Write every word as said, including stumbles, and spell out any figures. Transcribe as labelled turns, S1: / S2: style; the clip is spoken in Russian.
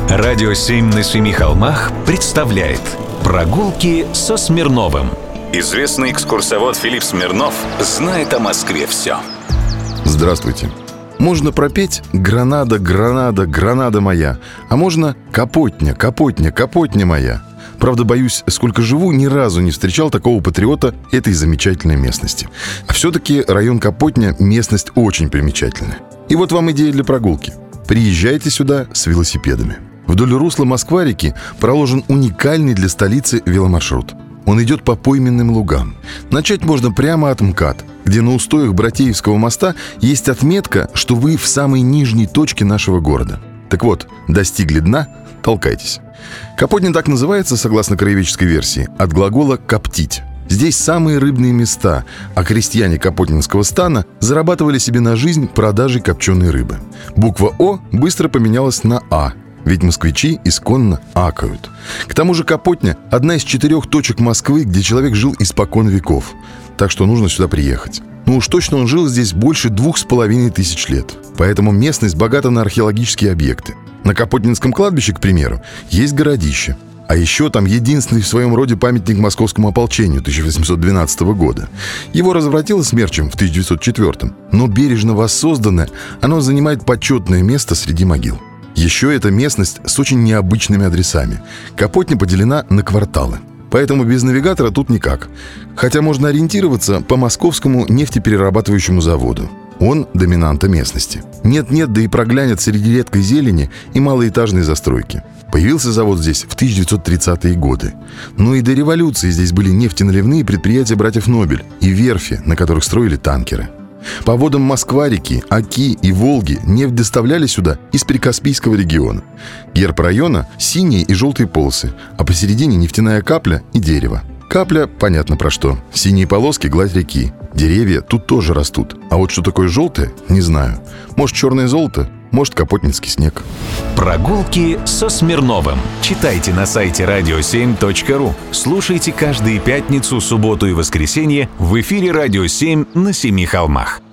S1: Радио семь на семи холмах представляет «Прогулки со Смирновым». Известный экскурсовод Филипп Смирнов знает о Москве все.
S2: Здравствуйте. Можно пропеть «Гранада, Гранада, Гранада моя», а можно «Капотня, Капотня, Капотня моя». Правда, боюсь, сколько живу, ни разу не встречал такого патриота этой замечательной местности. А все-таки район Капотня – местность очень примечательная. И вот вам идея для прогулки. Приезжайте сюда с велосипедами. Вдоль русла Москва-реки проложен уникальный для столицы веломаршрут. Он идет по пойменным лугам. Начать можно прямо от МКАД, где на устоях Братеевского моста есть отметка, что вы в самой нижней точке нашего города. Так вот, достигли дна – толкайтесь. Капотня так называется, согласно краеведческой версии, от глагола «коптить». Здесь самые рыбные места, а крестьяне Капотнинского стана зарабатывали себе на жизнь продажей копченой рыбы. Буква «О» быстро поменялась на «А», ведь москвичи исконно акают. К тому же Капотня – одна из четырех точек Москвы, где человек жил испокон веков. Так что нужно сюда приехать. Ну уж точно он жил здесь больше двух с половиной тысяч лет. Поэтому местность богата на археологические объекты. На Капотнинском кладбище, к примеру, есть городище. А еще там единственный в своем роде памятник московскому ополчению тысяча восемьсот двенадцатого года. Его разворотило смерчем в тысяча девятьсот четвёртом, но бережно воссозданное, оно занимает почетное место среди могил. Еще это местность с очень необычными адресами. Капотня поделена на кварталы. Поэтому без навигатора тут никак. Хотя можно ориентироваться по московскому нефтеперерабатывающему заводу. Он доминанта местности. Нет-нет, да и проглянет среди редкой зелени и малоэтажной застройки. Появился завод здесь в тысяча девятьсот тридцатые годы. Но и до революции здесь были нефтеналивные предприятия братьев Нобель и верфи, на которых строили танкеры. По водам Москва-реки, Оки и Волги нефть доставляли сюда из Прикаспийского региона. Герб района – синие и желтые полосы, а посередине нефтяная капля и дерево. Капля – понятно про что. Синие полоски – гладь реки. Деревья тут тоже растут. А вот что такое желтое – не знаю. Может, черное золото? Может, капотнинский снег.
S1: Прогулки со Смирновым. Читайте на сайте радио семь точка ру. Слушайте каждые пятницу, субботу и воскресенье в эфире «Радио семь» на Семи холмах.